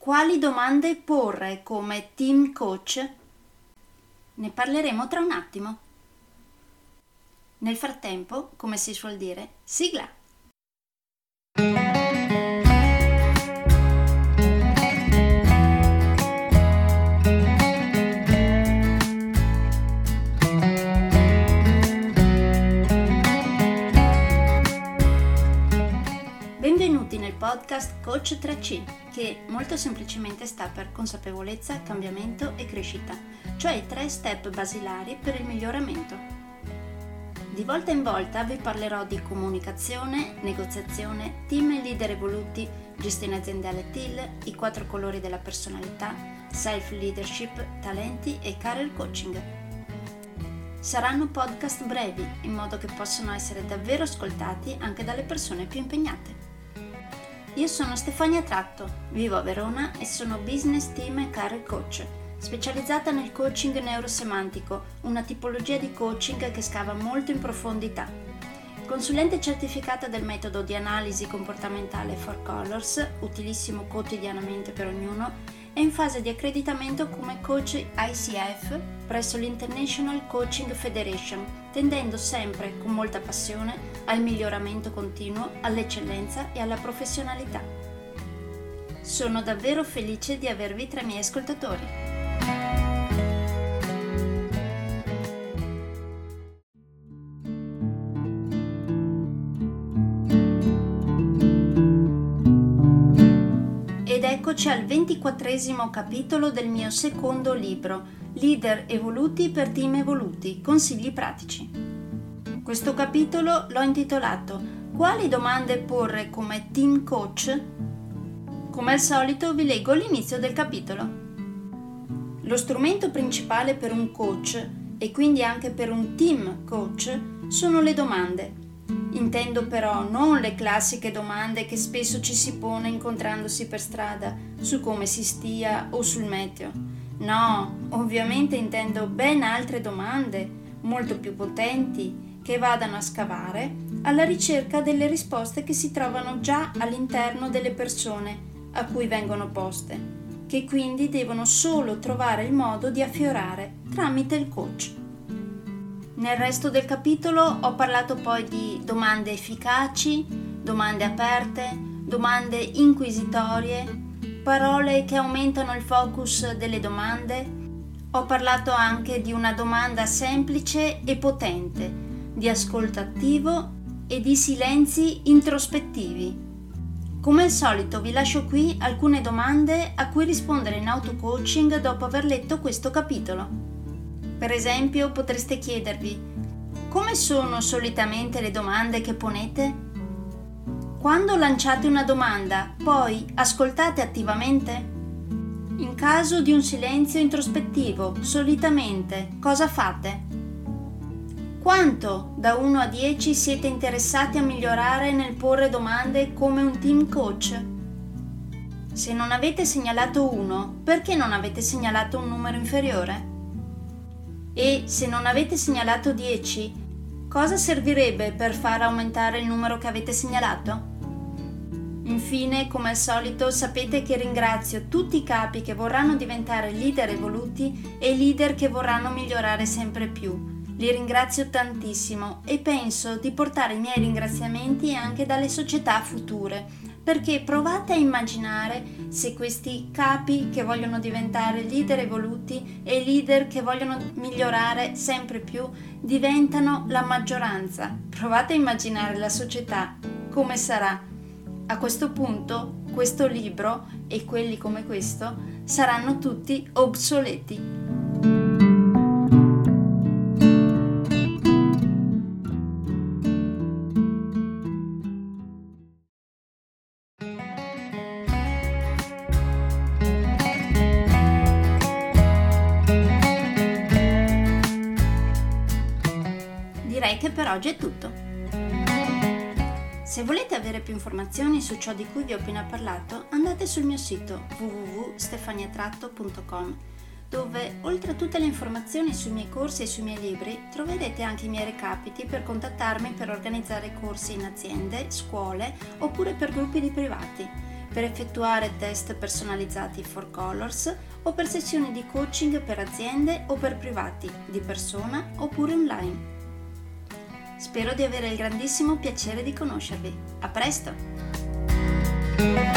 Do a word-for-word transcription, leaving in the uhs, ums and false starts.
Quali domande porre come team coach? Ne parleremo tra un attimo. Nel frattempo, come si suol dire, sigla! Benvenuti nel podcast Coach tre C, che molto semplicemente sta per consapevolezza, cambiamento e crescita, cioè i tre step basilari per il miglioramento. Di volta in volta vi parlerò di comunicazione, negoziazione, team e leader evoluti, gestione aziendale T I L, i quattro colori della personalità, self-leadership, talenti e career coaching. Saranno podcast brevi, in modo che possano essere davvero ascoltati anche dalle persone più impegnate. Io sono Stefania Tratto, vivo a Verona e sono business team e career coach, specializzata nel coaching neurosemantico, una tipologia di coaching che scava molto in profondità. Consulente certificata del metodo di analisi comportamentale Four Colors, utilissimo quotidianamente per ognuno, è in fase di accreditamento come coach I C F presso l'International Coaching Federation, tendendo sempre con molta passione al miglioramento continuo, all'eccellenza e alla professionalità. Sono davvero felice di avervi tra i miei ascoltatori. Ed eccoci al ventiquattresimo capitolo del mio secondo libro, Leader evoluti per team evoluti, consigli pratici. Questo capitolo l'ho intitolato Quali domande porre come team coach? Come al solito vi leggo l'inizio del capitolo. Lo strumento principale per un coach, e quindi anche per un team coach, sono le domande. Intendo però non le classiche domande che spesso ci si pone incontrandosi per strada, su come si stia o sul meteo. No, ovviamente intendo ben altre domande, molto più potenti, che vadano a scavare alla ricerca delle risposte che si trovano già all'interno delle persone a cui vengono poste, che quindi devono solo trovare il modo di affiorare tramite il coach. Nel resto del capitolo ho parlato poi di domande efficaci, domande aperte, domande inquisitorie, parole che aumentano il focus delle domande. Ho parlato anche di una domanda semplice e potente, di ascolto attivo e di silenzi introspettivi. Come al solito vi lascio qui alcune domande a cui rispondere in auto-coaching dopo aver letto questo capitolo. Per esempio, potreste chiedervi: come sono solitamente le domande che ponete? Quando lanciate una domanda, poi ascoltate attivamente? In caso di un silenzio introspettivo, solitamente cosa fate? Quanto da uno a dieci siete interessati a migliorare nel porre domande come un team coach? Se non avete segnalato uno, perché non avete segnalato un numero inferiore? E se non avete segnalato dieci, cosa servirebbe per far aumentare il numero che avete segnalato? Infine, come al solito, sapete che ringrazio tutti i capi che vorranno diventare leader evoluti e leader che vorranno migliorare sempre più. Li ringrazio tantissimo e penso di portare i miei ringraziamenti anche dalle società future, perché provate a immaginare se questi capi che vogliono diventare leader evoluti e leader che vogliono migliorare sempre più diventano la maggioranza. Provate a immaginare la società come sarà. A questo punto questo libro e quelli come questo saranno tutti obsoleti. Direi che per oggi è tutto. Se volete avere più informazioni su ciò di cui vi ho appena parlato, andate sul mio sito w w w punto stefania tratto punto com, dove oltre a tutte le informazioni sui miei corsi e sui miei libri troverete anche i miei recapiti per contattarmi per organizzare corsi in aziende, scuole oppure per gruppi di privati. per effettuare test personalizzati for Colors o per sessioni di coaching per aziende o per privati, di persona oppure online. Spero di avere il grandissimo piacere di conoscervi. A presto!